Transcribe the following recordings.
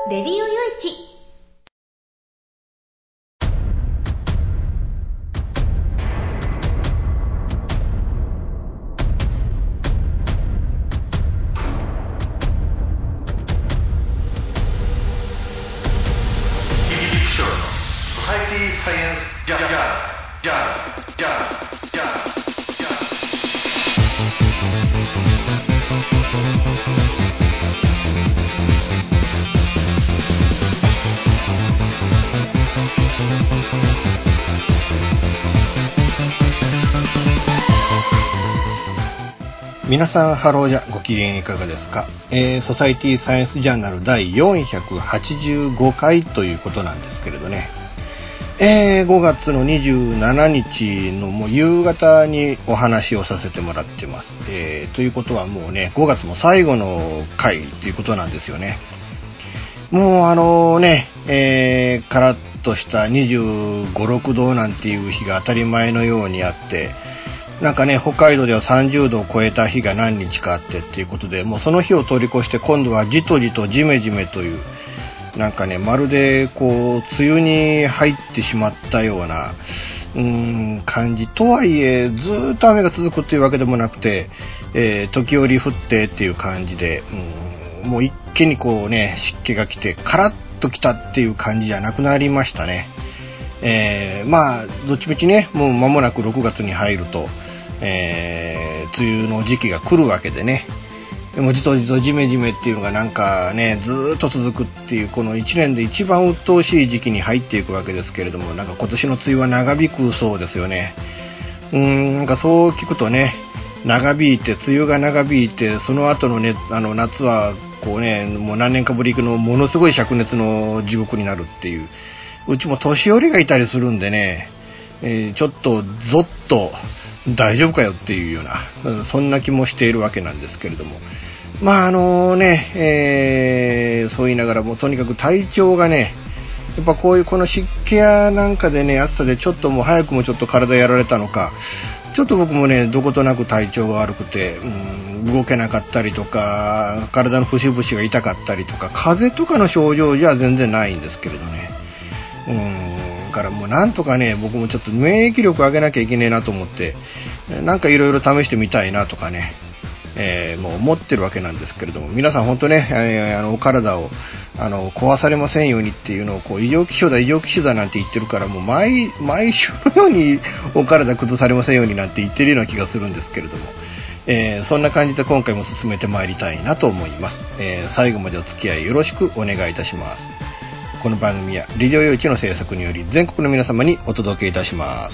レディオよいち。 皆さんハローじゃご機嫌いかがですか。ソサイティサイエンスジャーナル第485回ということなんですけれどね、5月の27日のもう夕方にお話をさせてもらってます。ということはもうね、5月も最後の回ということなんですよね。もうカラッとした25、6度なんていう日が当たり前のようにあって、なんかね、北海道では30度を超えた日が何日かあってっていうことで、もうその日を通り越して今度はじとじとじめじめという、なんかね、まるでこう梅雨に入ってしまったような感じとはいえ、ずっと雨が続くっていうわけでもなくて、時折降ってっていう感じで、もう一気にこうね、湿気が来てカラッと来たっていう感じじゃなくなりましたね。まあどっちみちね、もう間もなく6月に入ると、梅雨の時期が来るわけでね、でもじとじとじめじめっていうのがなんかね、ずっと続くっていう、この1年で一番鬱陶しい時期に入っていくわけですけれども、なんか今年の梅雨は長引くそうですよね。なんかそう聞くとね、長引いて、梅雨が長引いて、その後のね、夏はこうね、もう何年かぶりのものすごい灼熱の地獄になるっていう、うちも年寄りがいたりするんでね、ちょっとゾッと大丈夫かよっていうような、そんな気もしているわけなんですけれども、まあそう言いながらもとにかく体調がね、やっぱこういうこの湿気やなんかでね、暑さでちょっともう早くもちょっと体やられたのか、ちょっと僕もね、どことなく体調が悪くて、動けなかったりとか、体の節々が痛かったりとか、風邪とかの症状じゃ全然ないんですけれどね。からもうなんとかね、僕もちょっと免疫力上げなきゃいけねえなと思って、なんかいろいろ試してみたいなとかね、もう思ってるわけなんですけれども、皆さん本当ね、お体を壊されませんようにっていうのをこう異常気象だなんて言ってるから、もう毎週のようにお体崩されませんようになんて言ってるような気がするんですけれども、そんな感じで今回も進めてまいりたいなと思います。最後までお付き合いよろしくお願いいたします。この番組はレディオよいちの制作により全国の皆様にお届けいたします。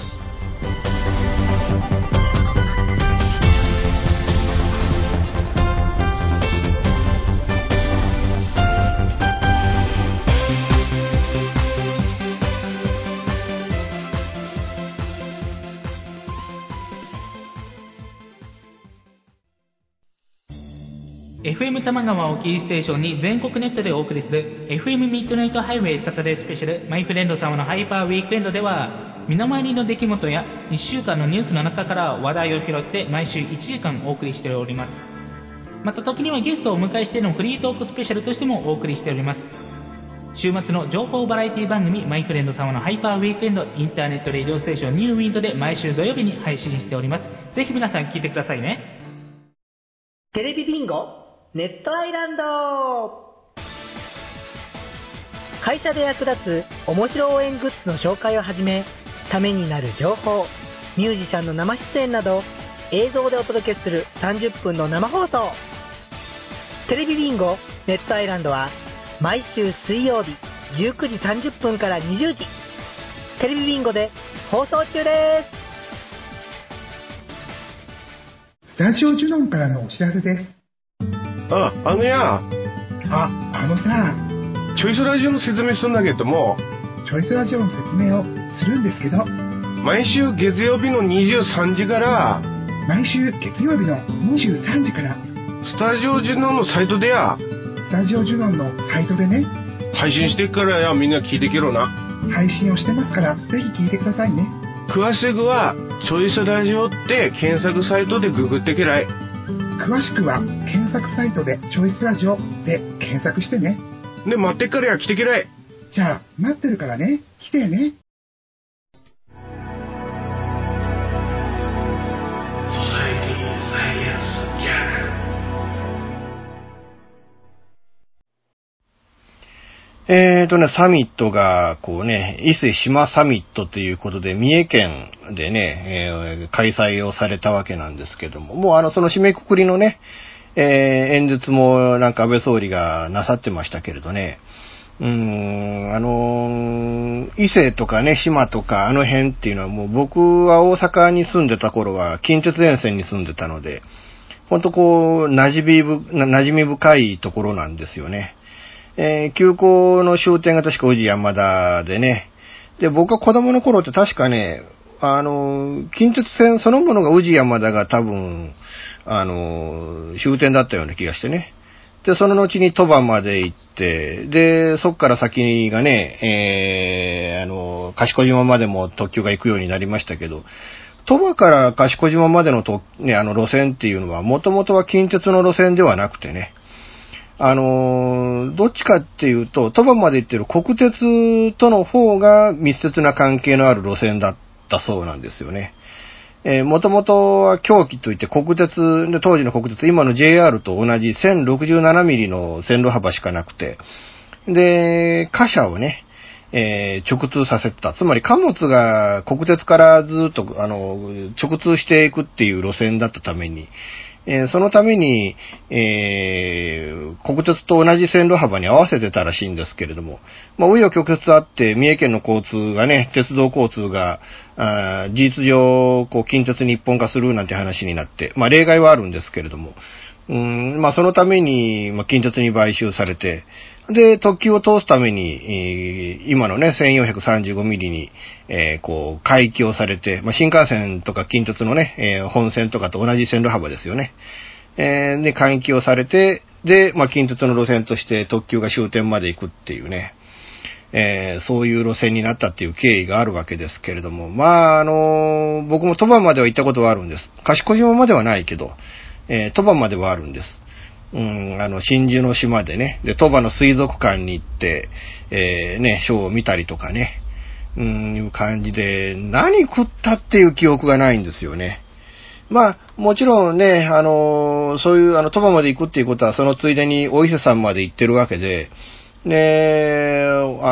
FM 玉川をキーステーションに全国ネットでお送りする FM ミッドナイトハイウェイサタデースペシャルマイフレンド様のハイパーウィークエンドでは、身の回りの出来事や1週間のニュースの中から話題を拾って毎週1時間お送りしております。また時にはゲストをお迎えしてのフリートークスペシャルとしてもお送りしております。週末の情報バラエティ番組マイフレンド様のハイパーウィークエンド、インターネットレディオステーションニューウィンドで毎週土曜日に配信しております。ぜひ皆さん聞いてくださいね。 テレビビンゴネットアイランド。会社で役立つ面白応援グッズの紹介をはじめ、ためになる情報、ミュージシャンの生出演など映像でお届けする30分の生放送。テレビビンゴネットアイランドは毎週水曜日19時30分から20時、テレビビンゴで放送中です。 スタジオジュノンからのお知らせです。 さ、チョイスラジオの説明するんだけども、 チョイスラジオの説明をするんですけど、 毎週月曜日の23時から毎週月曜日の23時からスタジオジュノンのサイトでスタジオジュノンのサイトでね、 配信してっからや、みんな聞いてけろな。 配信をしてますから、ぜひ聞いてくださいね。 詳しくはチョイスラジオって検索サイトでググってけらい。 詳しくは検索サイトでチョイスラジオで検索してね。 で、待ってっからや、来てきらい。 じゃあ、待ってるからね。来てね。 サミットが、こうね、伊勢志摩サミットということで、三重県でね、開催をされたわけなんですけども、もうその締めくくりのね、演説もなんか安倍総理がなさってましたけれどね、伊勢とかね、島とかあの辺っていうのはもう僕は大阪に住んでた頃は近鉄沿線に住んでたので、ほんとこう、馴染み深いところなんですよね。急行の終点が確か宇治山田でね。で、僕が子供の頃って確かね、近鉄線そのものが宇治山田が多分、終点だったような気がしてね。で、その後に鳥羽まで行って、で、そっから先がね、賢島までも特急が行くようになりましたけど、鳥羽から賢島までの路線っていうのは、もともとは近鉄の路線ではなくてね、どっちかっていうと、鳥羽まで行ってる国鉄との方が密接な関係のある路線だったそうなんですよね。もともとは狭軌といって国鉄、当時の国鉄、今の JR と同じ1067ミリの線路幅しかなくて、で、貨車をね、直通させてた。つまり貨物が国鉄からずっと、直通していくっていう路線だったために、そのために、国鉄と同じ線路幅に合わせてたらしいんですけれども、まあ、紆余曲折あって、三重県の交通がね、鉄道交通が、事実上、こう、近鉄に一本化するなんて話になって、まあ、例外はあるんですけれども、まあ、そのために、まあ、近鉄に買収されて、で、特急を通すために、今のね、1435ミリに、こう、開業されて、まあ、新幹線とか近鉄のね、本線とかと同じ線路幅ですよね。で、開業されて、で、まあ、近鉄の路線として特急が終点まで行くっていうね、そういう路線になったっていう経緯があるわけですけれども、まあ、僕も鳥羽までは行ったことはあるんです。賢島まではないけど、鳥羽まではあるんです。真珠の島でね、で、鳥羽の水族館に行って、ね、ショーを見たりとかね、いう感じで、何食ったっていう記憶がないんですよね。まあ、もちろんね、そういう、鳥羽まで行くっていうことは、そのついでにお伊勢さんまで行ってるわけで、で、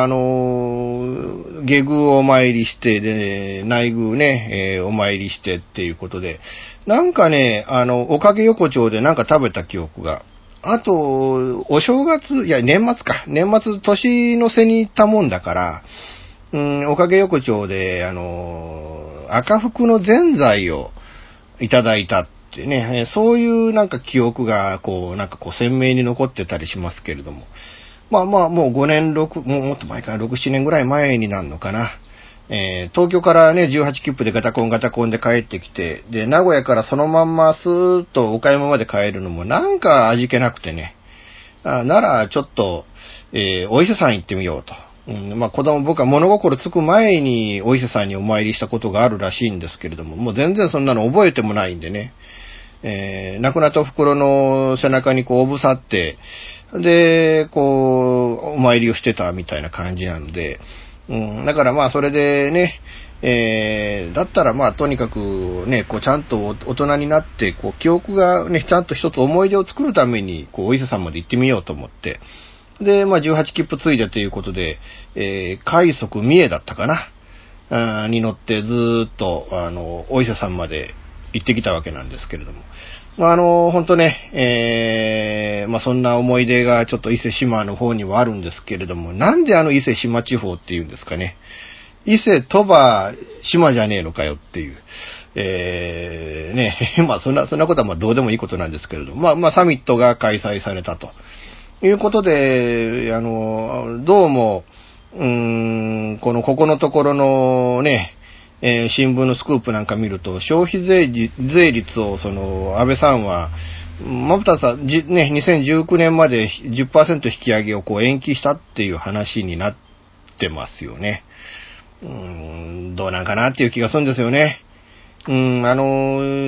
下宮をお参りして、で、内宮ね、お参りしてっていうことで、なんかね、おかげ横丁でなんか食べた記憶が。あと、お正月、いや、年末か。年末、年の瀬に行ったもんだから、おかげ横丁で、赤福のぜんざいをいただいたってね、そういうなんか記憶が、こう、なんかこう鮮明に残ってたりしますけれども。まあまあ、もう5年、もっと前から6、7年ぐらい前になるのかな。東京からね、18切符でガタコンで帰ってきて、で、名古屋からそのまんまスーッと岡山まで帰るのもなんか味気なくてね。なら、ちょっと、お伊勢さん行ってみようと。まあ僕は物心つく前にお伊勢さんにお参りしたことがあるらしいんですけれども、もう全然そんなの覚えてもないんでね。亡くなったお袋の背中にこうおぶさって、で、こう、お参りをしてたみたいな感じなので、だからまあそれでね、だったらまあとにかくね、こうちゃんと大人になって、こう記憶がね、ちゃんと一つ思い出を作るために、こうお伊勢さんまで行ってみようと思って、で、まあ18切符ついでということで、快速三重だったかな、に乗ってずーっと、お伊勢さんまで行ってきたわけなんですけれども。まあ、本当ね、まあ、そんな思い出がちょっと伊勢志摩の方にはあるんですけれども、なんで伊勢志摩地方っていうんですかね。伊勢、鳥羽、島じゃねえのかよっていう。ね、まあ、そんなことはまあどうでもいいことなんですけれども、まあ、サミットが開催されたということで、どうも、このところのね、新聞のスクープなんか見ると、消費税率を安倍さんは、まぶたさん、ね、2019年まで 10% 引き上げをこう延期したっていう話になってますよね。どうなんかなっていう気がするんですよね。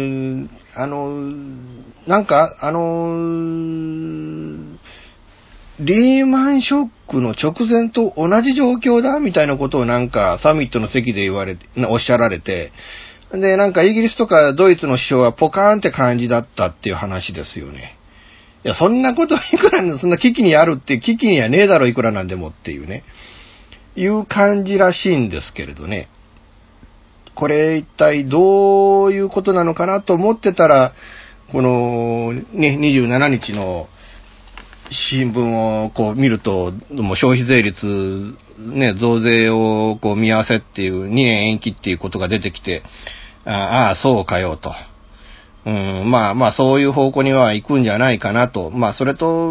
なんか、 リーマンショックの直前と同じ状況だみたいなことをなんかサミットの席でおっしゃられて、で、なんかイギリスとかドイツの首相はポカーンって感じだったっていう話ですよね。いや、そんなこといくらそんな危機にあるって危機にはねえだろいくらなんでもっていうね、いう感じらしいんですけれどね。これ一体どういうことなのかなと思ってたら、このね、27日の新聞をこう見ると、もう消費税率、ね、増税をこう見合わせっていう2年延期っていうことが出てきて、ああ、そうかよと。まあそういう方向には行くんじゃないかなと。まあそれと、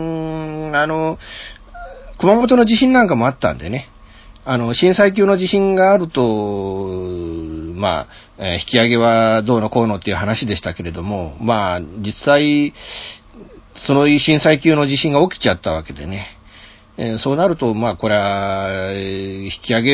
熊本の地震なんかもあったんでね。震災級の地震があると、まあ、引き上げはどうのこうのっていう話でしたけれども、まあ実際、その震災級の地震が起きちゃったわけでね。そうなると、まあ、これは、引き上げ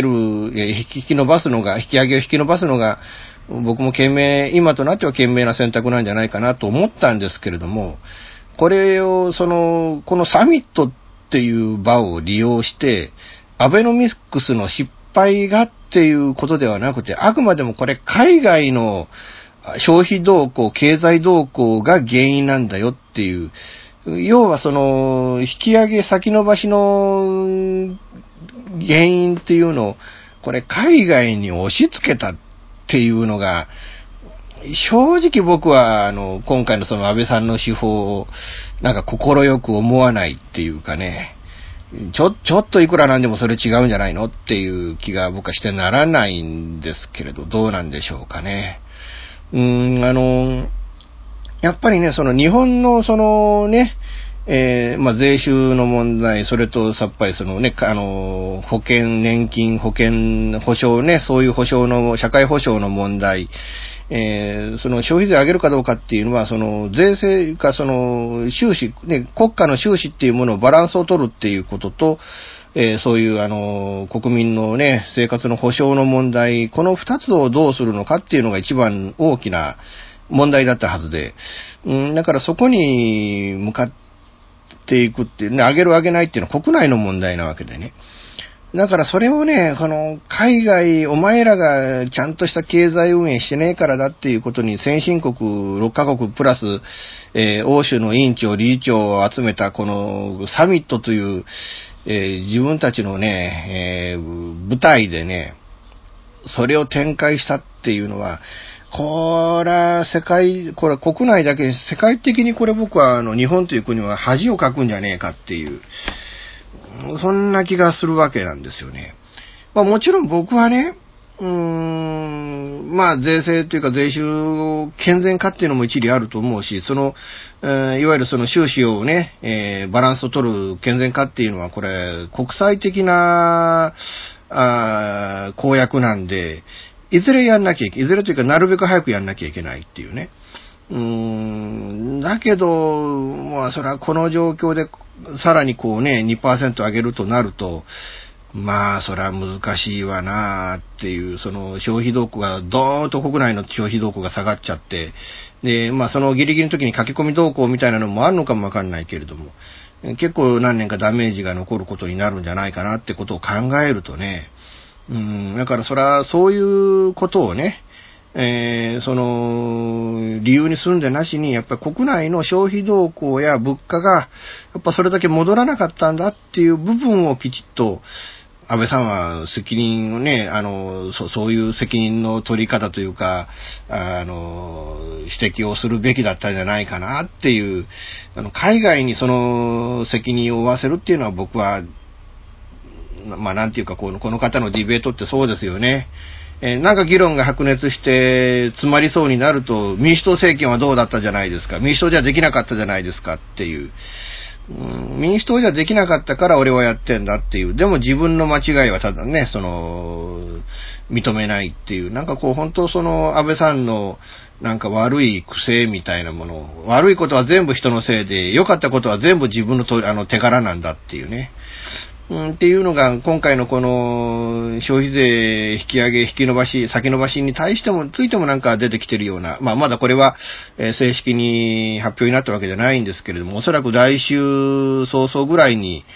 のバスのが、僕も今となっては賢明な選択なんじゃないかなと思ったんですけれども、これを、このサミットっていう場を利用して、アベノミクスの失敗がっていうことではなくて、あくまでもこれ海外の消費動向、経済動向が原因なんだよっていう、要は引き上げ先延ばしの原因っていうのを、これ海外に押し付けたっていうのが、正直僕は今回のその安倍さんの手法をなんか心よく思わないっていうかね、ちょっといくらなんでもそれ違うんじゃないのっていう気が僕はしてならないんですけれど、どうなんでしょうかね。やっぱりね、日本のまあ、税収の問題、それとさっぱり保険、年金、保険、保障ね、そういう保障の、社会保障の問題、消費税上げるかどうかっていうのは、税制か収支、ね、国家の収支っていうものをバランスを取るっていうことと、そういう国民のね、生活の保障の問題、この二つをどうするのかっていうのが一番大きな問題だったはずで、だからそこに向かっていくっていうね、上げる上げないっていうのは国内の問題なわけでね。だからそれをね、海外、お前らがちゃんとした経済運営してねえからだっていうことに先進国6カ国プラス、欧州の委員長、理事長を集めたこのサミットという、自分たちのね、舞台でね、それを展開したっていうのは、これ国内だけ、世界的にこれ僕は日本という国は恥をかくんじゃねえかっていう、そんな気がするわけなんですよね。まあもちろん僕はね、まあ税制というか税収を健全化っていうのも一理あると思うし、いわゆる収支をね、バランスを取る健全化っていうのはこれ国際的な公約なんで、いずれというかなるべく早くやんなきゃいけないっていうね。だけど、まあそれはこの状況でさらにこうね、2% 上げるとなると、まあそれは難しいわなっていう、消費動向がドーンと国内の消費動向が下がっちゃって、で、まあギリギリの時に駆け込み動向みたいなのもあるのかもわかんないけれども、結構何年かダメージが残ることになるんじゃないかなってことを考えるとね、だからそれはそういうことをね、理由にするんでなしに、やっぱり国内の消費動向や物価が、やっぱそれだけ戻らなかったんだっていう部分をきちっと、安倍さんは責任をね、そういう責任の取り方というか、指摘をするべきだったんじゃないかなっていう、海外にその責任を負わせるっていうのは僕は、まあなんていうかこの方のディベートってそうですよね。なんか議論が白熱して詰まりそうになると、民主党政権はどうだったじゃないですか。民主党じゃできなかったじゃないですかっていう。民主党じゃできなかったから俺はやってんだっていう。でも自分の間違いはただね、認めないっていう。なんかこう本当安倍さんのなんか悪い癖みたいなもの、悪いことは全部人のせいで、良かったことは全部自分の手柄なんだっていうね。 っていうのが今回のこの消費税引き上げ、引き延ばし、先延ばしに対しても、ついてもなんか出てきてるような、まあまだこれは正式に発表になったわけじゃないんですけれども、おそらく来週早々ぐらいに、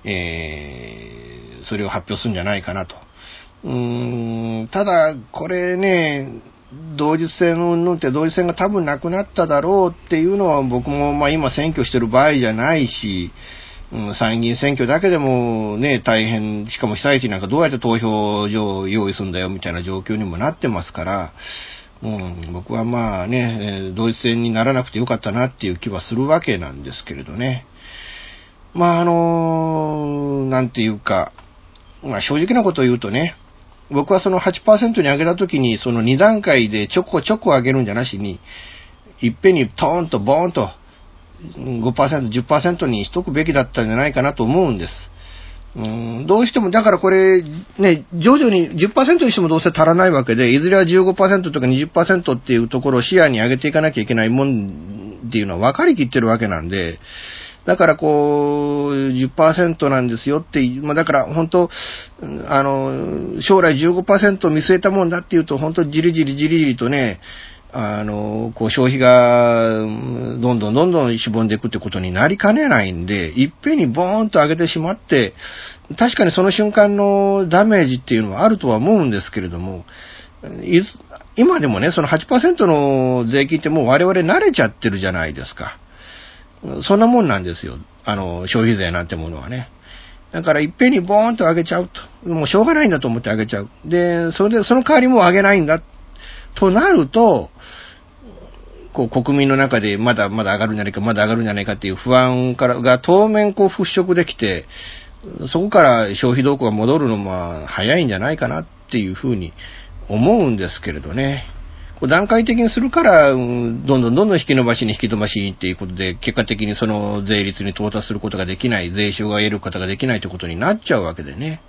それを発表するんじゃないかなと。ただ、これね、同日戦云々って同日戦が多分なくなっただろうっていうのは僕もまあ今選挙してる場合じゃないし、参議院選挙だけでもね、大変、しかも被災地なんかどうやって投票所を用意するんだよみたいな状況にもなってますから、僕はまあね、同一戦にならなくてよかったなっていう気はするわけなんですけれどね。まあなんていうか、まあ正直なことを言うとね、僕はその 8% に上げたときに、その2段階でちょこちょこ上げるんじゃなしに、いっぺんにトーンとボーンと、5%、10% にしとくべきだったんじゃないかなと思うんです。どうしても、だからこれ、ね、徐々に 10% にしてもどうせ足らないわけで、いずれは 15% とか 20% っていうところを視野に上げていかなきゃいけないもんっていうのは分かりきってるわけなんで、だからこう、10% なんですよっていう、まあだから本当、将来 15% を見据えたもんだっていうと、本当じりじりとね、こう消費がどんどんしぼんでいくってことになりかねないんで、いっぺんにボーンと上げてしまって、確かにその瞬間のダメージっていうのはあるとは思うんですけれども、今でもね、その 8% の税金ってもう我々慣れちゃってるじゃないですか。そんなもんなんですよ。消費税なんてものはね。だからいっぺんにボーンと上げちゃうと。もうしょうがないんだと思って上げちゃう。で、その代わりもう上げないんだ。となると、こう国民の中でまだ上がるんじゃないかっていう不安が当面こう払拭できて、そこから消費動向が戻るのも早いんじゃないかなっていうふうに思うんですけれどね。こう段階的にするから、どんどん引き延ばしっていうことで、結果的にその税率に到達することができない、税収が得ることができないということになっちゃうわけでね。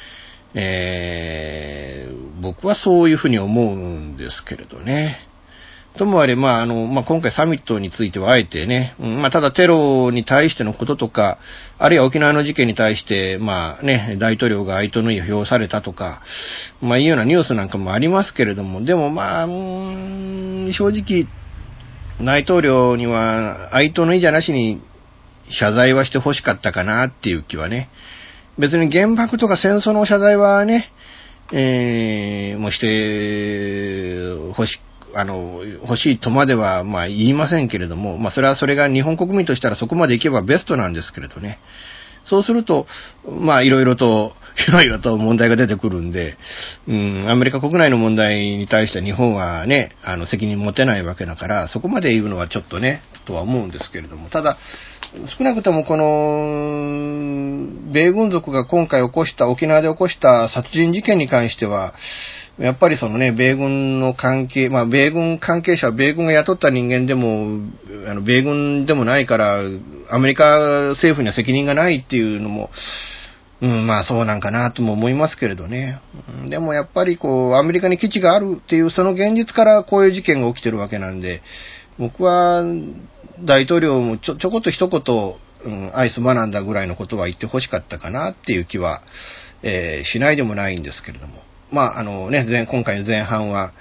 僕はそういうふうに思うんですけれどね。ともあれ、今回サミットについてはあえてね、ただテロに対してのこととか、あるいは沖縄の事件に対して、大統領が哀悼の意を表されたとか、いうようなニュースなんかもありますけれども、でも正直、大統領には哀悼の意じゃなしに謝罪はして欲しかったかなっていう気はね、別に原爆とか戦争の謝罪はね、もうして欲しいとまでは、言いませんけれども、それが日本国民としたらそこまでいけばベストなんですけれどね。そうすると、いろいろと問題が出てくるんで、アメリカ国内の問題に対して日本はね、責任持てないわけだから、そこまで言うのはちょっとね、とは思うんですけれども、ただ、少なくともこの、米軍属が今回沖縄で起こした殺人事件に関しては、やっぱりそのね、米軍の関係、米軍関係者は米軍が雇った人間でも、米軍でもないから、アメリカ政府には責任がないっていうのも、そうなんかなとも思いますけれどね。でもやっぱりアメリカに基地があるっていうその現実からこういう事件が起きてるわけなんで、僕は大統領もちょこっと一言、愛すまなんだぐらいのことは言って欲しかったかなっていう気は、しないでもないんですけれども。今回の前半は、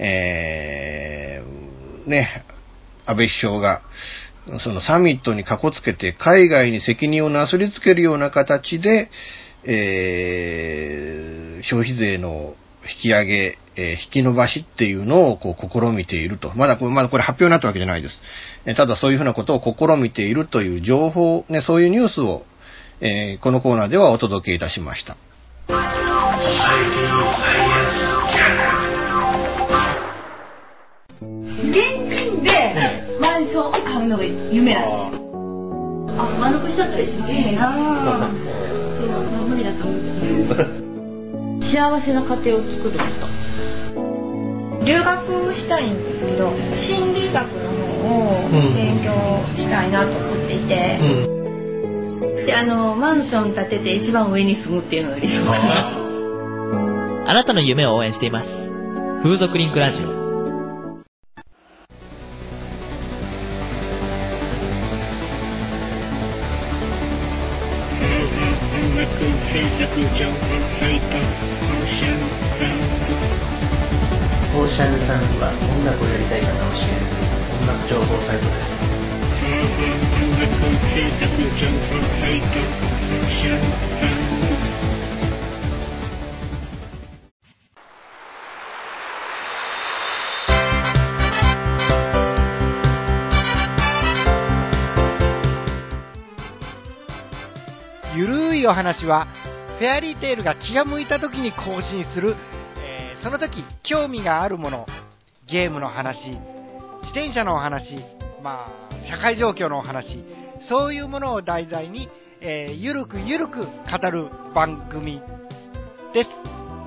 安倍首相が、そのサミットにかこつけて海外に責任をなすりつけるような形で、消費税の引き上げ、引き延ばしっていうのを試みていると。まだこれ発表になったわけじゃないです。ただそういうふうなことを試みているという情報、そういうニュースを、このコーナーではお届けいたしました。 現金でマンションを買うのが夢なんですよ。満足しちゃったら一番いいな。そう、無理だと思う。幸せな家庭を作る人。留学したいんですけど、心理学の方を勉強したいなと思っていて、でマンション建てて一番上に住むっていうのが理想かな。 あなたの夢を応援しています。風俗リンクラジオ。 オーシャンサンズは音楽をやりたい方を支援する音楽情報サイトです。 ゆるいお話はフェアリーテールが気が向いた時に更新する、その時興味があるもの、ゲームの話、自転車のお話、社会状況のお話、そういうものを題材に、ゆるくゆるく語る番組です。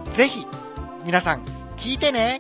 ぜひ皆さん聞いてね。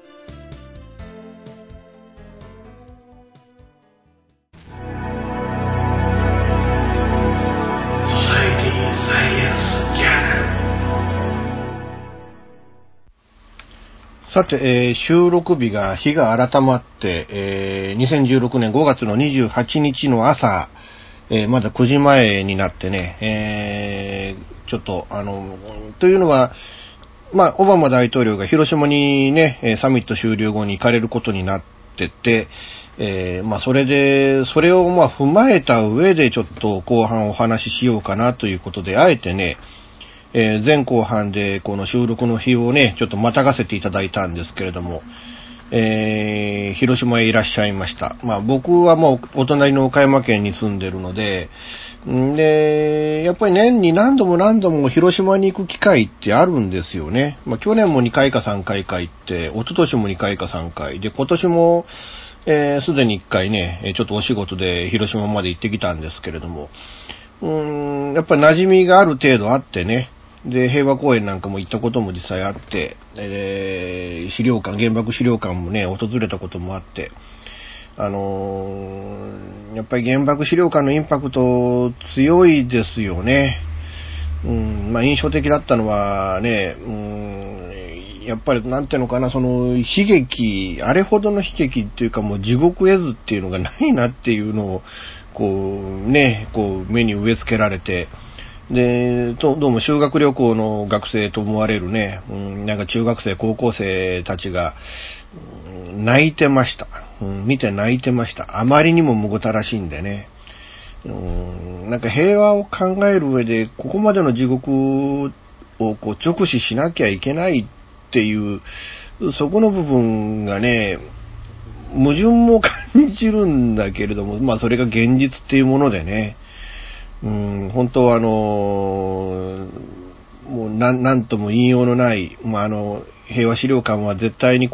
さて、収録日が改まって、2016年5月の28日の朝、まだ9時前になってね、ちょっと、というのは、オバマ大統領が広島にね、サミット終了後に行かれることになってて、それを踏まえた上でちょっと後半お話ししようかなということで、あえてね、前後半でこの収録の日をね、ちょっとまたがせていただいたんですけれども、広島へいらっしゃいました。僕はもうお隣の岡山県に住んでるので、やっぱり年に何度も広島に行く機会ってあるんですよね。去年も2回か3回か行って、一昨年も2回か3回で、今年もすでに1回ね、ちょっとお仕事で広島まで行ってきたんですけれども、やっぱり馴染みがある程度あってね、で、平和公園なんかも行ったことも実際あって、資料館、原爆資料館もね、訪れたこともあって、やっぱり原爆資料館のインパクト強いですよね。印象的だったのはね、やっぱりなんていうのかな、その悲劇、あれほどの悲劇っていうかもう地獄絵図っていうのがないなっていうのを、目に植え付けられて、で、どうも修学旅行の学生と思われるね、なんか中学生、高校生たちが、泣いてました。見て泣いてました。あまりにもむごたらしいんでね。なんか平和を考える上で、ここまでの地獄を直視しなきゃいけないっていう、そこの部分がね、矛盾も感じるんだけれども、それが現実っていうものでね、本当はもうなんとも言いようのない、平和資料館は絶対に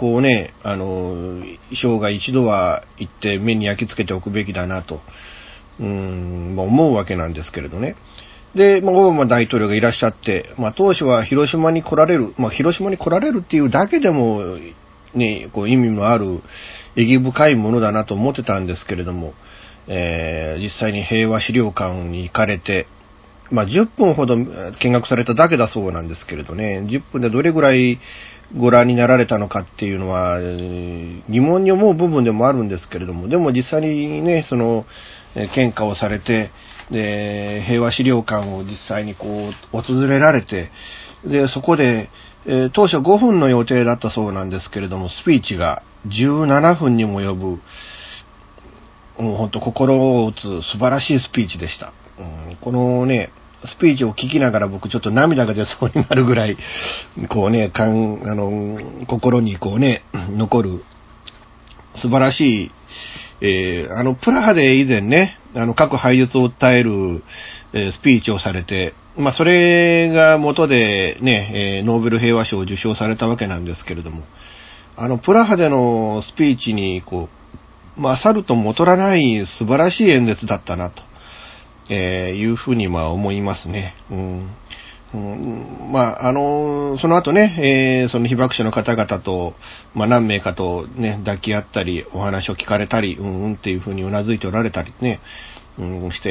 生涯一度は行って目に焼き付けておくべきだなと、思うわけなんですけれどね。で、オバマ大統領がいらっしゃって、当初は広島に来られる、広島に来られるっていうだけでも、ね、意味のある、意義深いものだなと思ってたんですけれども、実際に平和資料館に行かれて、10分ほど見学されただけだそうなんですけれどね、10分でどれぐらいご覧になられたのかっていうのは、疑問に思う部分でもあるんですけれども、でも実際にね、献花をされて、で、平和資料館を実際に訪れられて、で、そこで、当初5分の予定だったそうなんですけれども、スピーチが17分にも及ぶ、もう本当心を打つ素晴らしいスピーチでした。このね、スピーチを聞きながら僕ちょっと涙が出そうになるぐらい、心に残る素晴らしい、プラハで以前ね、核廃絶を訴える、スピーチをされて、それが元でね、ノーベル平和賞を受賞されたわけなんですけれども、プラハでのスピーチに勝るとも劣らない素晴らしい演説だったなと、いうふうに思いますね。その後ね、その被爆者の方々と、何名かとね、抱き合ったり、お話を聞かれたり、っていうふうに頷いておられたりね、して、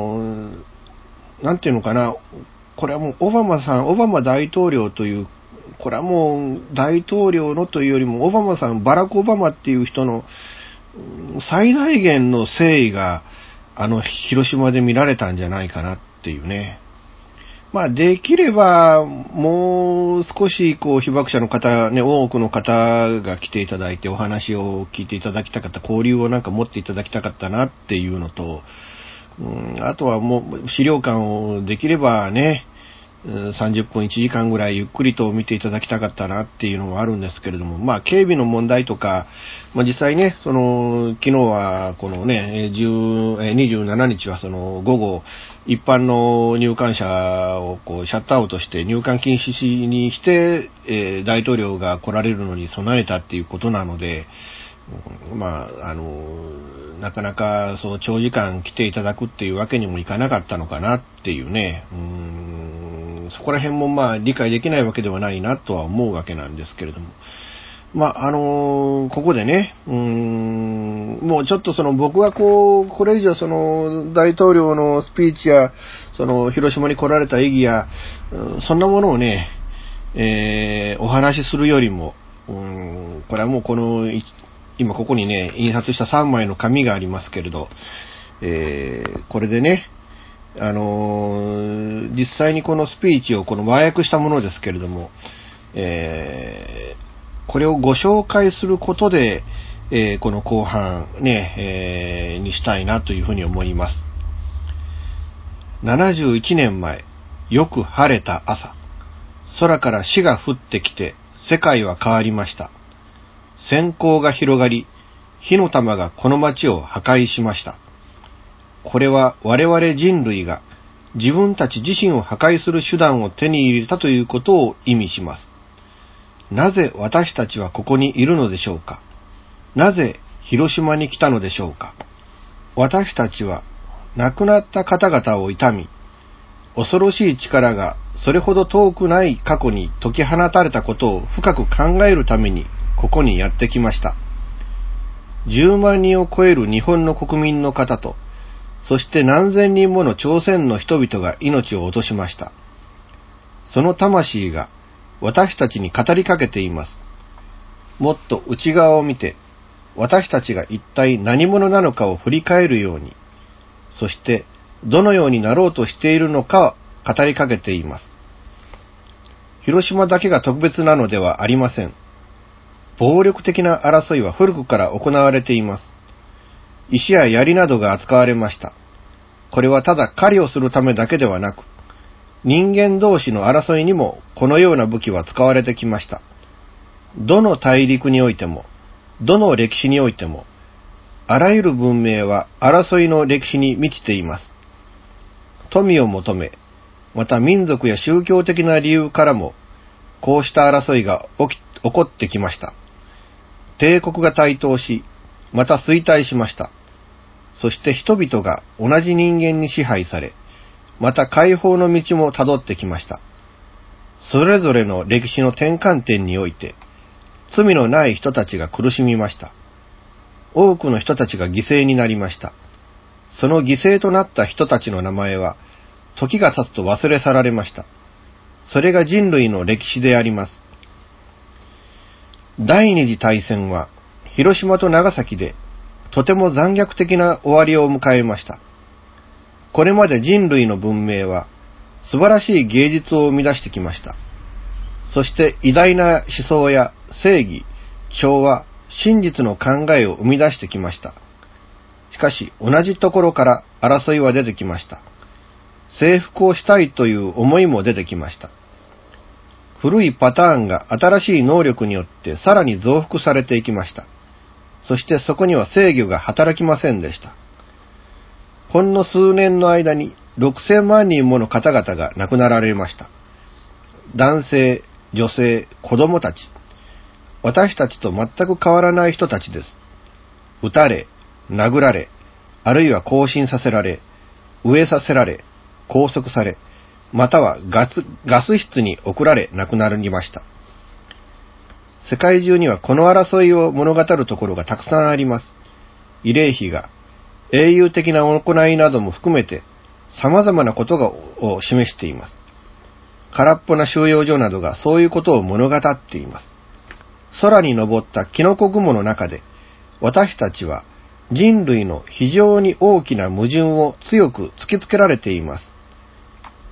なんていうのかな、これはもうオバマ大統領という、これはもう大統領のというよりも、バラク・オバマっていう人の最大限の誠意が、広島で見られたんじゃないかなっていうね。 まあ、できれば、もう少し、被爆者の方、ね、多くの方が来ていただいて、お話を聞いていただきたかった、交流をなんか持っていただきたかったなっていうのと、あとはもう、資料館をできればね、30分1時間ぐらいゆっくりと見ていただきたかったなっていうのもあるんですけれども、まあ警備の問題とか、まあ実際ね、昨日はこのね、27日は午後、一般の入館者をシャットアウトして入館禁止にして、大統領が来られるのに備えたっていうことなので、まあ、なかなか長時間来ていただくっていうわけにもいかなかったのかなっていうね、そこら辺もまあ理解できないわけではないなとは思うわけなんですけれども、まあここでね、もうちょっと僕はこれ以上大統領のスピーチや広島に来られた意義や、そんなものをね、お話しするよりも、これはもう今ここにね、印刷した3枚の紙がありますけれど、これでね、実際にこのスピーチを和訳したものですけれども、これをご紹介することで、この後半ね、にしたいなというふうに思います。71年前、よく晴れた朝、空から死が降ってきて世界は変わりました。閃光が広がり、火の玉がこの街を破壊しました。これは我々人類が自分たち自身を破壊する手段を手に入れたということを意味します。なぜ私たちはここにいるのでしょうか。なぜ広島に来たのでしょうか。私たちは亡くなった方々を悼み、恐ろしい力がそれほど遠くない過去に解き放たれたことを深く考えるためにここにやってきました。10万人を超える日本の国民の方と、そして何千人もの朝鮮の人々が命を落としました。その魂が私たちに語りかけています。もっと内側を見て、私たちが一体何者なのかを振り返るように、そしてどのようになろうとしているのかを語りかけています。広島だけが特別なのではありません。暴力的な争いは古くから行われています。石や槍などが扱われました。これはただ狩りをするためだけではなく、人間同士の争いにもこのような武器は使われてきました。どの大陸においても、どの歴史においても、あらゆる文明は争いの歴史に満ちています。富を求め、また民族や宗教的な理由からも、こうした争いが起こってきました。帝国が台頭し、また衰退しました。そして人々が同じ人間に支配され、また解放の道も辿ってきました。それぞれの歴史の転換点において、罪のない人たちが苦しみました。多くの人たちが犠牲になりました。その犠牲となった人たちの名前は、時が経つと忘れ去られました。それが人類の歴史であります。第二次大戦は広島と長崎でとても残虐的な終わりを迎えました。これまで人類の文明は素晴らしい芸術を生み出してきました。そして偉大な思想や正義、調和、真実の考えを生み出してきました。しかし同じところから争いは出てきました。征服をしたいという思いも出てきました。古いパターンが新しい能力によってさらに増幅されていきました。そしてそこには制御が働きませんでした。ほんの数年の間に6000万人もの方々が亡くなられました。男性、女性、子供たち。私たちと全く変わらない人たちです。撃たれ、殴られ、あるいは行進させられ、飢えさせられ、拘束され、またはガス室に送られ亡くなりました。世界中にはこの争いを物語るところがたくさんあります。慰霊碑が英雄的な行いなども含めて様々なことを示しています。空っぽな収容所などがそういうことを物語っています。空に昇ったキノコ雲の中で私たちは人類の非常に大きな矛盾を強く突きつけられています。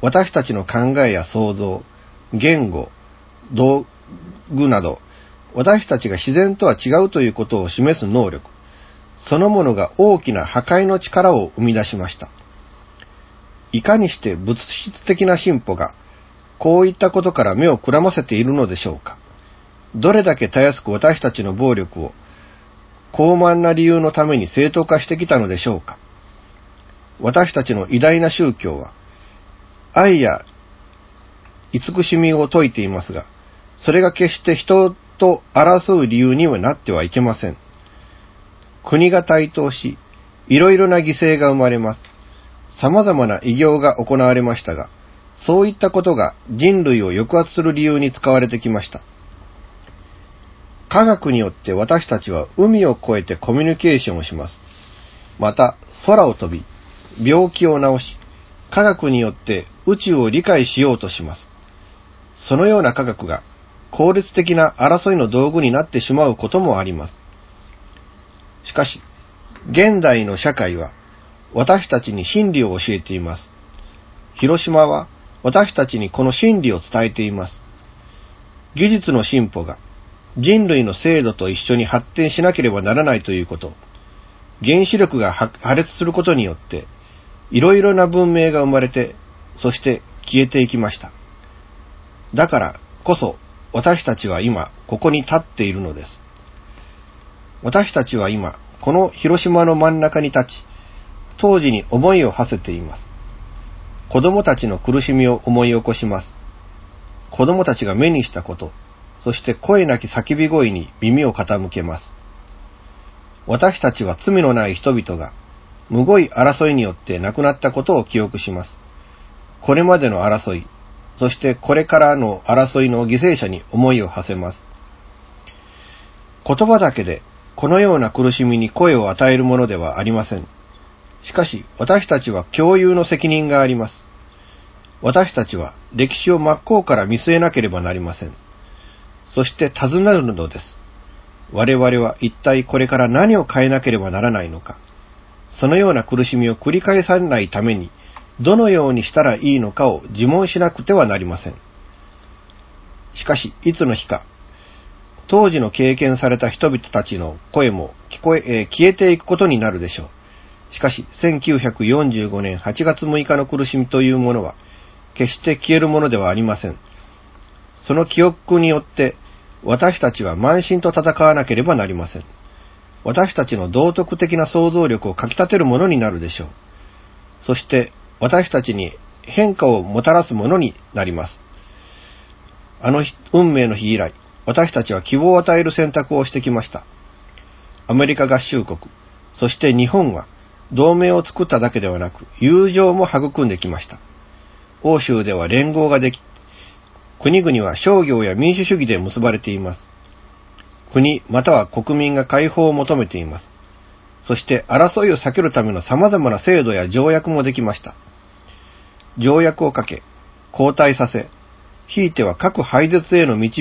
私たちの考えや想像、言語、道具など、私たちが自然とは違うということを示す能力、そのものが大きな破壊の力を生み出しました。いかにして物質的な進歩が、こういったことから目をくらませているのでしょうか。どれだけたやすく私たちの暴力を、高慢な理由のために正当化してきたのでしょうか。私たちの偉大な宗教は、愛や慈しみを説いていますが、それが決して人と争う理由にはなってはいけません。国が台頭し、いろいろな犠牲が生まれます。様々な偉業が行われましたが、そういったことが人類を抑圧する理由に使われてきました。科学によって私たちは海を越えてコミュニケーションをします。また、空を飛び、病気を治し、科学によって宇宙を理解しようとします。そのような科学が効率的な争いの道具になってしまうこともあります。しかし、現代の社会は私たちに真理を教えています。広島は私たちにこの真理を伝えています。技術の進歩が人類の制度と一緒に発展しなければならないということ、原子力が破裂することによって、いろいろな文明が生まれて、そして消えていきました。だからこそ、私たちは今、ここに立っているのです。私たちは今、この広島の真ん中に立ち、当時に思いを馳せています。子供たちの苦しみを思い起こします。子供たちが目にしたこと、そして声なき叫び声に耳を傾けます。私たちは罪のない人々が、むごい争いによって亡くなったことを記憶します。これまでの争い、そしてこれからの争いの犠牲者に思いを馳せます。言葉だけでこのような苦しみに声を与えるものではありません。しかし私たちは共有の責任があります。私たちは歴史を真っ向から見据えなければなりません。そして尋ねるのです。我々は一体これから何を変えなければならないのか。そのような苦しみを繰り返さないために、どのようにしたらいいのかを自問しなくてはなりません。しかし、いつの日か、当時の経験された人々たちの声も消えていくことになるでしょう。しかし、1945年8月6日の苦しみというものは、決して消えるものではありません。その記憶によって、私たちは慢心と戦わなければなりません。私たちの道徳的な想像力をかき立てるものになるでしょう。そして私たちに変化をもたらすものになります。あの運命の日以来、私たちは希望を与える選択をしてきました。アメリカ合衆国、そして日本は同盟を作っただけではなく、友情も育んできました。欧州では連合ができ、国々は商業や民主主義で結ばれています。国または国民が解放を求めています。そして争いを避けるための様々な制度や条約もできました。条約をかけ、後退させ、ひいては核廃絶へ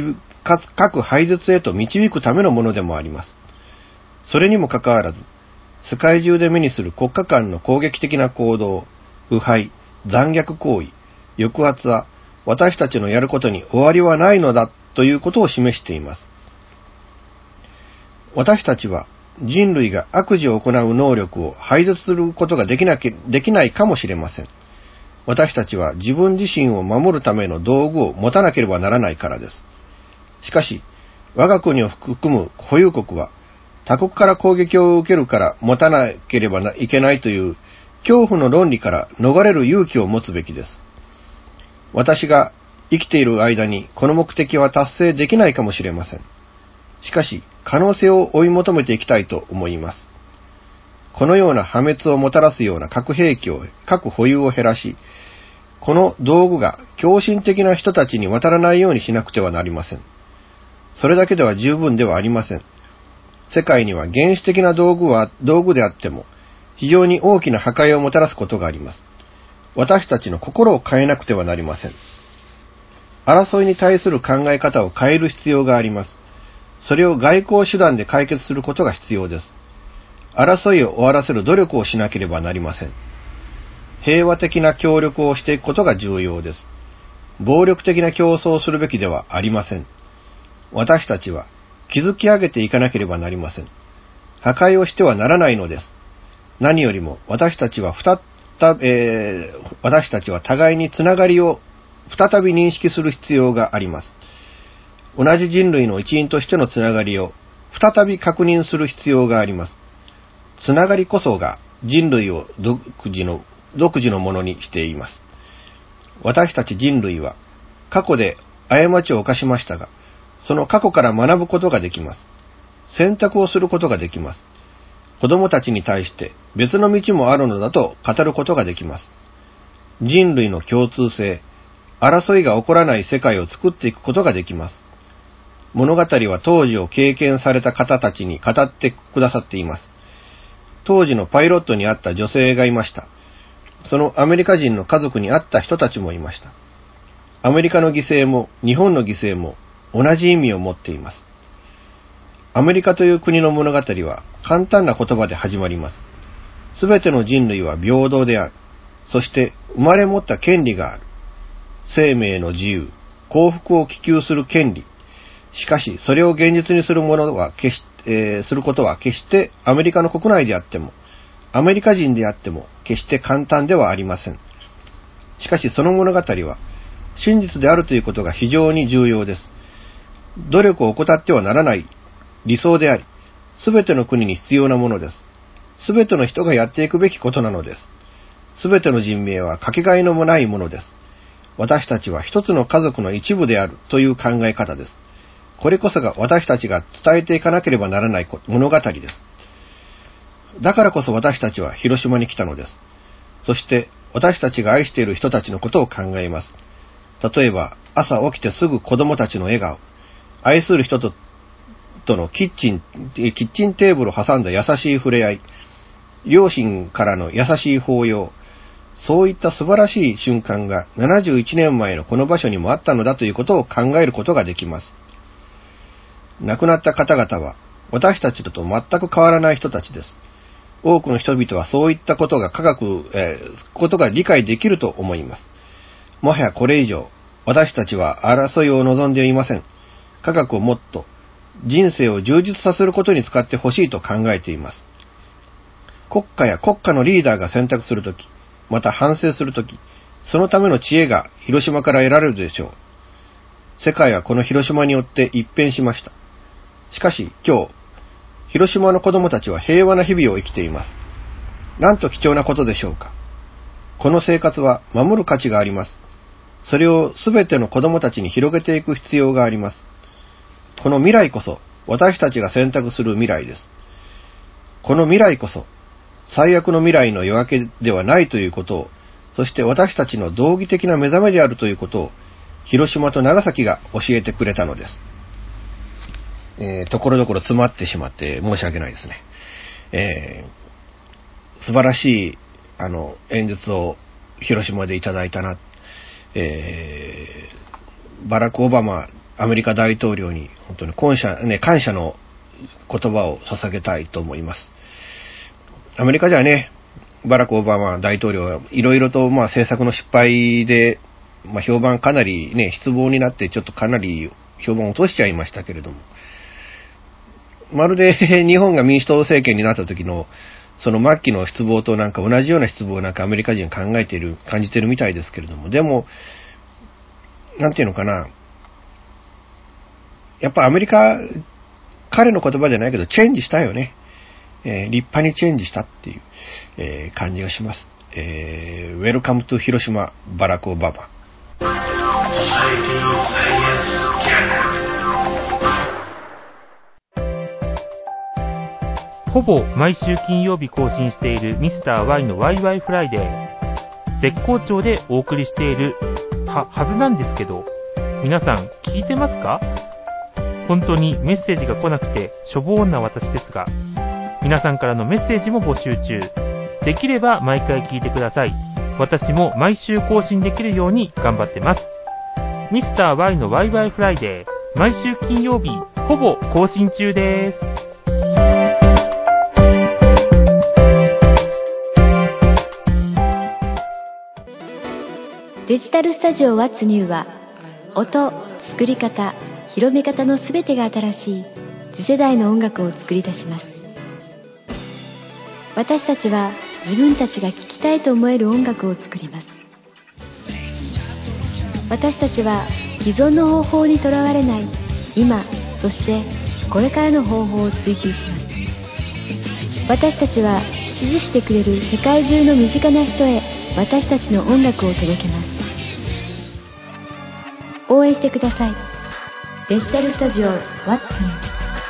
と導くためのものでもあります。それにもかかわらず、世界中で目にする国家間の攻撃的な行動、腐敗、残虐行為、抑圧は私たちのやることに終わりはないのだということを示しています。私たちは人類が悪事を行う能力を廃絶することができないかもしれません。私たちは自分自身を守るための道具を持たなければならないからです。しかし、我が国を含む保有国は他国から攻撃を受けるから持たなければいけないという恐怖の論理から逃れる勇気を持つべきです。私が生きている間にこの目的は達成できないかもしれません。しかし、可能性を追い求めていきたいと思います。このような破滅をもたらすような核兵器を、核保有を減らし、この道具が狂信的な人たちに渡らないようにしなくてはなりません。それだけでは十分ではありません。世界には原始的な道具であっても、非常に大きな破壊をもたらすことがあります。私たちの心を変えなくてはなりません。争いに対する考え方を変える必要があります。それを外交手段で解決することが必要です。争いを終わらせる努力をしなければなりません。 平和的な協力をしていくことが重要です。暴力的な競争をするべきではありません。私たちは築き上げていかなければなりません。破壊をしてはならないのです。何よりも私たちは互いにつながりを再び認識する必要があります。同じ人類の一員としてのつながりを再び確認する必要があります。つながりこそが人類を独自のものにしています。私たち人類は過去で過ちを犯しましたが、その過去から学ぶことができます。選択をすることができます。子供たちに対して別の道もあるのだと語ることができます。人類の共通性、争いが起こらない世界を作っていくことができます。物語は当時を経験された方たちに語ってくださっています。当時のパイロットに会った女性がいました。そのアメリカ人の家族に会った人たちもいました。アメリカの犠牲も日本の犠牲も同じ意味を持っています。アメリカという国の物語は簡単な言葉で始まります。すべての人類は平等である。そして生まれ持った権利がある。生命の自由、幸福を希求する権利。しかし、それを現実にすることは決してアメリカの国内であっても、アメリカ人であっても決して簡単ではありません。しかしその物語は真実であるということが非常に重要です。努力を怠ってはならない理想であり、すべての国に必要なものです。すべての人がやっていくべきことなのです。すべての人命はかけがえのもないものです。私たちは一つの家族の一部であるという考え方です。これこそが私たちが伝えていかなければならない物語です。だからこそ私たちは広島に来たのです。そして私たちが愛している人たちのことを考えます。例えば朝起きてすぐ子供たちの笑顔、愛する人とのキッチンテーブルを挟んだ優しい触れ合い、両親からの優しい抱擁、そういった素晴らしい瞬間が71年前のこの場所にもあったのだということを考えることができます。亡くなった方々は私たちと全く変わらない人たちです。多くの人々はそういったことが理解できると思います。もはやこれ以上私たちは争いを望んでいません。科学をもっと人生を充実させることに使ってほしいと考えています。国家や国家のリーダーが選択するとき、また反省するとき、そのための知恵が広島から得られるでしょう。世界はこの広島によって一変しました。しかし今日、広島の子供たちは平和な日々を生きています。なんと貴重なことでしょうか。この生活は守る価値があります。それをすべての子供たちに広げていく必要があります。この未来こそ私たちが選択する未来です。この未来こそ最悪の未来の夜明けではないということを、そして私たちの道義的な目覚めであるということを広島と長崎が教えてくれたのです。ところどころ詰まってしまって申し訳ないですね。素晴らしい演説を広島でいただいたな。バラク・オバマアメリカ大統領に本当に感謝の言葉を捧げたいと思います。アメリカではね、バラク・オバマ大統領はいろいろと政策の失敗で、評判かなりね、失望になってちょっとかなり評判を落としちゃいましたけれども、まるで日本が民主党政権になった時のその末期の失望と同じような失望をアメリカ人感じているみたいですけれども、でもなんていうのかな、やっぱアメリカ、彼の言葉じゃないけどチェンジしたよね。立派にチェンジしたっていう、感じがします。Welcome to 広島、バラク・オバマ。 ほぼ毎週金曜日更新しているミスター Y のワイワイフライデー。絶好調でお送りしているはずなんですけど、皆さん聞いてますか？本当にメッセージが来なくてしょぼーんな私ですが、皆さんからのメッセージも募集中。できれば毎回聞いてください。私も毎週更新できるように頑張ってます。ミスター Y のワイワイフライデー、毎週金曜日ほぼ更新中です。 デジタルスタジオ What's New は、音、作り方、広め方のすべてが新しい次世代の音楽を作り出します。私たちは自分たちが聴きたいと思える音楽を作ります。私たちは既存の方法にとらわれない今、そしてこれからの方法を追求します。私たちは支持してくれる世界中の身近な人へ私たちの音楽を届けます。応援してください。デジタルスタジオ What's New。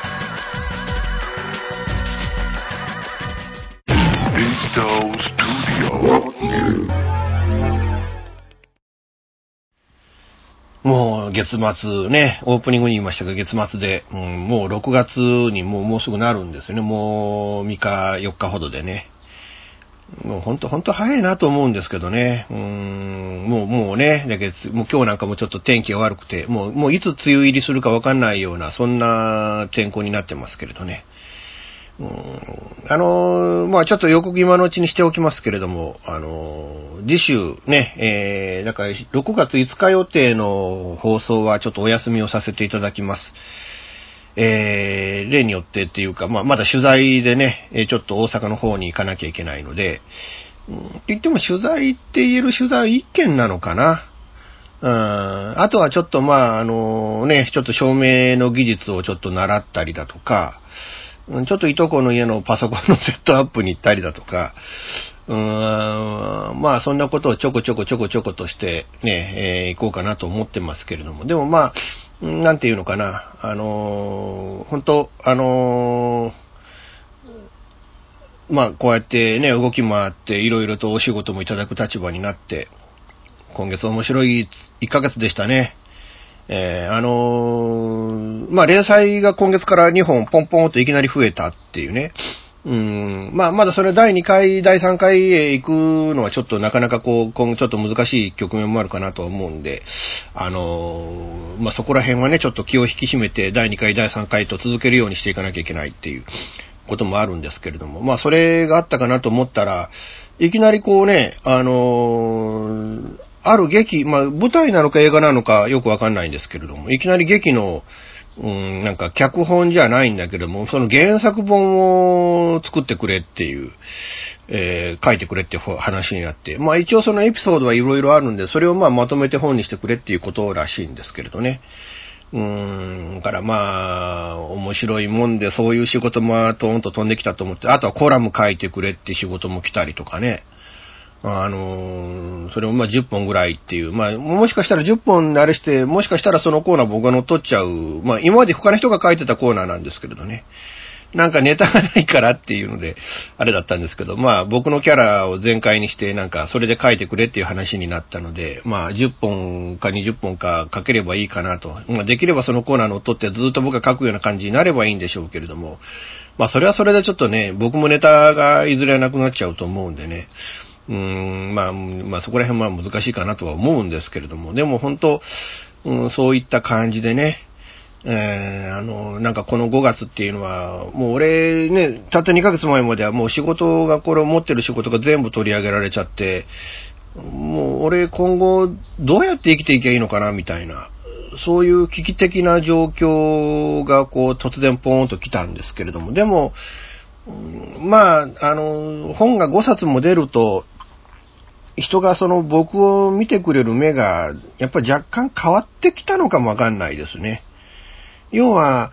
もう月末ね、オープニングに言いましたが月末で、もう6月にもうすぐなるんですよね。もう3日4日ほどでね。もう本当早いなと思うんですけどね。もうね、だけどもう今日なんかもちょっと天気が悪くて、もういつ梅雨入りするかわかんないようなそんな天候になってますけれどね。まあちょっと予告今のうちにしておきますけれども、次週ね、だから6月5日予定の放送はちょっとお休みをさせていただきます。例によってっていうか、まだ取材でね、ちょっと大阪の方に行かなきゃいけないので、言っても取材って言える取材1件なのかな。あとはちょっとちょっと照明の技術をちょっと習ったりだとか、ちょっといとこの家のパソコンのセットアップに行ったりだとか、そんなことをちょこちょことしてね、行こうかなと思ってますけれども、でもなんていうのかな、本当こうやってね、動き回っていろいろとお仕事もいただく立場になって、今月面白い1ヶ月でしたね。連載が今月から2本ポンポンといきなり増えたっていうね。まだそれ第2回、第3回へ行くのはちょっとなかなか今後ちょっと難しい局面もあるかなと思うんで、そこら辺はね、ちょっと気を引き締めて第2回、第3回と続けるようにしていかなきゃいけないっていうこともあるんですけれども、それがあったかなと思ったら、いきなりある劇、舞台なのか映画なのかよくわかんないんですけれども、いきなり劇の、なんか脚本じゃないんだけども、その原作本を作ってくれっていう、書いてくれって話になって、一応そのエピソードはいろいろあるんで、それをまとめて本にしてくれっていうことらしいんですけれどね。から面白いもんで、そういう仕事もトーンと飛んできたと思って、あとはコラム書いてくれって仕事も来たりとかね。それを10本ぐらいっていう、もしかしたら10本あれして、もしかしたらそのコーナー僕が乗っ取っちゃう、今まで他の人が書いてたコーナーなんですけれどね。なんかネタがないからっていうので、あれだったんですけど、僕のキャラを全開にして、なんかそれで書いてくれっていう話になったので、10本か20本か書ければいいかなと。できればそのコーナー乗っ取ってずっと僕が書くような感じになればいいんでしょうけれども、それはそれでちょっとね、僕もネタがいずれはなくなっちゃうと思うんでね。そこら辺は難しいかなとは思うんですけれども、でも本当、そういった感じでね、なんかこの5月っていうのは、もう俺ね、たった2ヶ月前まではもう仕事が持ってる仕事が全部取り上げられちゃって、もう俺今後どうやって生きていけばいいのかなみたいな、そういう危機的な状況が突然ポーンと来たんですけれども、でも、本が5冊も出ると、人が僕を見てくれる目が、やっぱり若干変わってきたのかもわかんないですね。要は、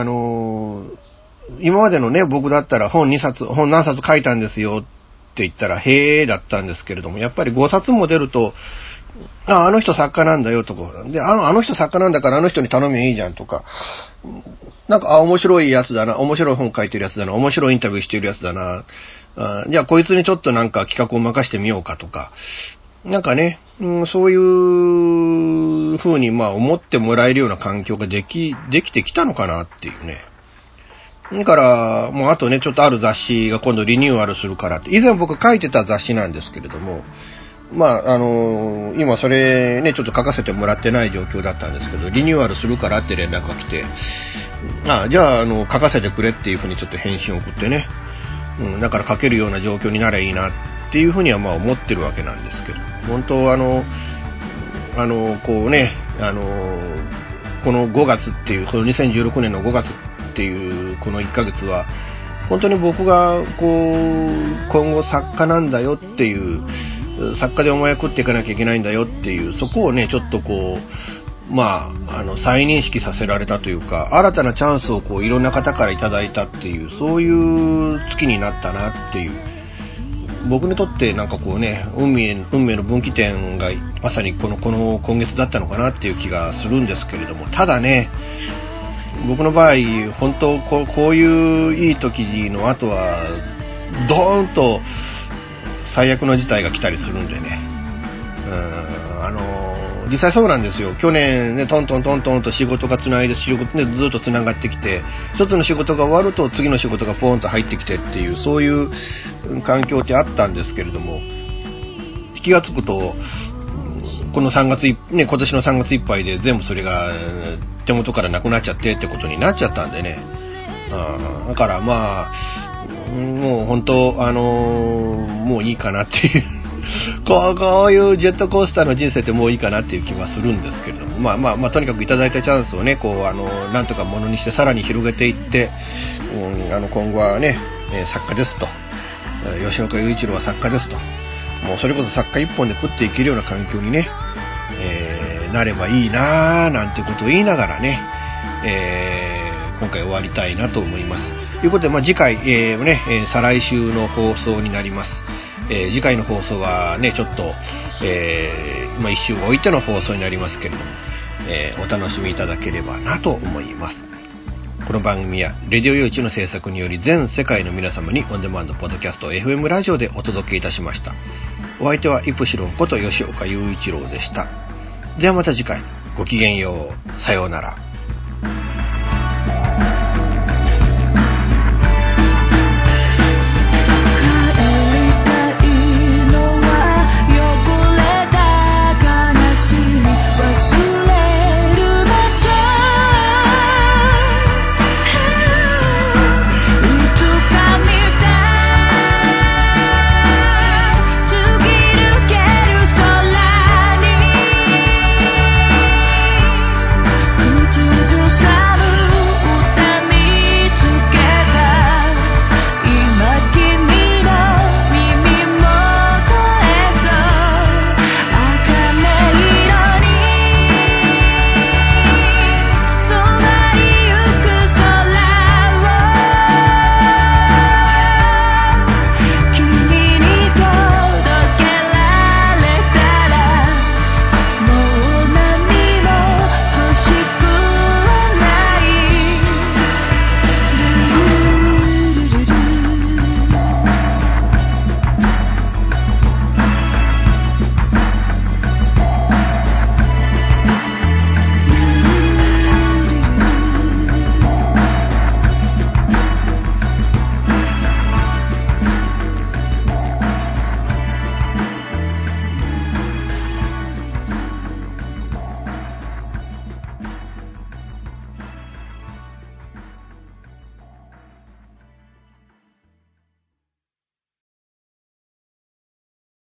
今までのね、僕だったら本何冊書いたんですよって言ったら、へーだったんですけれども、やっぱり5冊も出ると、あの人作家なんだよとか、で、あの人作家なんだからあの人に頼みゃいいじゃんとか、なんか、面白いやつだな、面白い本書いてるやつだな、面白いインタビューしてるやつだな、じゃあこいつにちょっとなんか企画を任してみようかとか、なんかね、そういう風に思ってもらえるような環境ができてきたのかなっていうね。だから、もうあとね、ちょっとある雑誌が今度リニューアルするからって、以前僕書いてた雑誌なんですけれども、今それね、ちょっと書かせてもらってない状況だったんですけど、リニューアルするからって連絡が来て、じゃあ、書かせてくれっていう風にちょっと返信を送ってね、だから書けるような状況になればいいなっていう風には思ってるわけなんですけど、本当こうね、この5月っていう、この2016年の5月っていうこの1ヶ月は、本当に僕がこう今後作家なんだよっていう、作家でお前食っていかなきゃいけないんだよっていう、そこをねちょっとこう再認識させられたというか、新たなチャンスをこういろんな方からいただいたっていう、そういう月になったなっていう、僕にとってなんかこうね、運命の分岐点がまさにこの今月だったのかなっていう気がするんですけれども、ただね、僕の場合本当こういういい時の後はドーンと最悪の事態が来たりするんでね、実際そうなんですよ。去年ね、トントンと仕事がつないで、仕事ね、ずっとつながってきて、一つの仕事が終わると次の仕事がポーンと入ってきてっていう、そういう環境ってあったんですけれども、気がつくとこの3月ね、今年の3月いっぱいで全部それが手元からなくなっちゃってってことになっちゃったんでね。だからもう本当もういいかなっていうこういうジェットコースターの人生ってもういいかなっていう気はするんですけれども、とにかくいただいたチャンスをね、こうなんとかものにしてさらに広げていって、今後はね、作家ですと、吉岡雄一郎は作家ですと、もうそれこそ作家一本で食っていけるような環境にね、なればいいななんていうことを言いながらね、今回終わりたいなと思います。ということで、次回、再来週の放送になります。次回の放送はね、ちょっと、1週置いての放送になりますけれども、お楽しみいただければなと思います。この番組はレディオ用地の制作により全世界の皆様にオンデマンドポッドキャスト FM ラジオでお届けいたしました。お相手はイプシロンこと吉岡雄一郎でした。ではまた次回、ごきげんよう。さようなら。